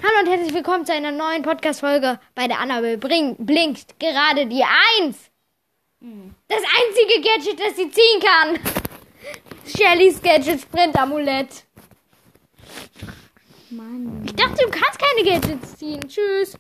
Hallo und herzlich willkommen zu einer neuen Podcast-Folge bei der Annabelle blinkt gerade die 1. Das einzige Gadget, das sie ziehen kann. Shellys Gadget-Sprint-Amulett. Mann. Ich dachte, du kannst keine Gadgets ziehen. Tschüss.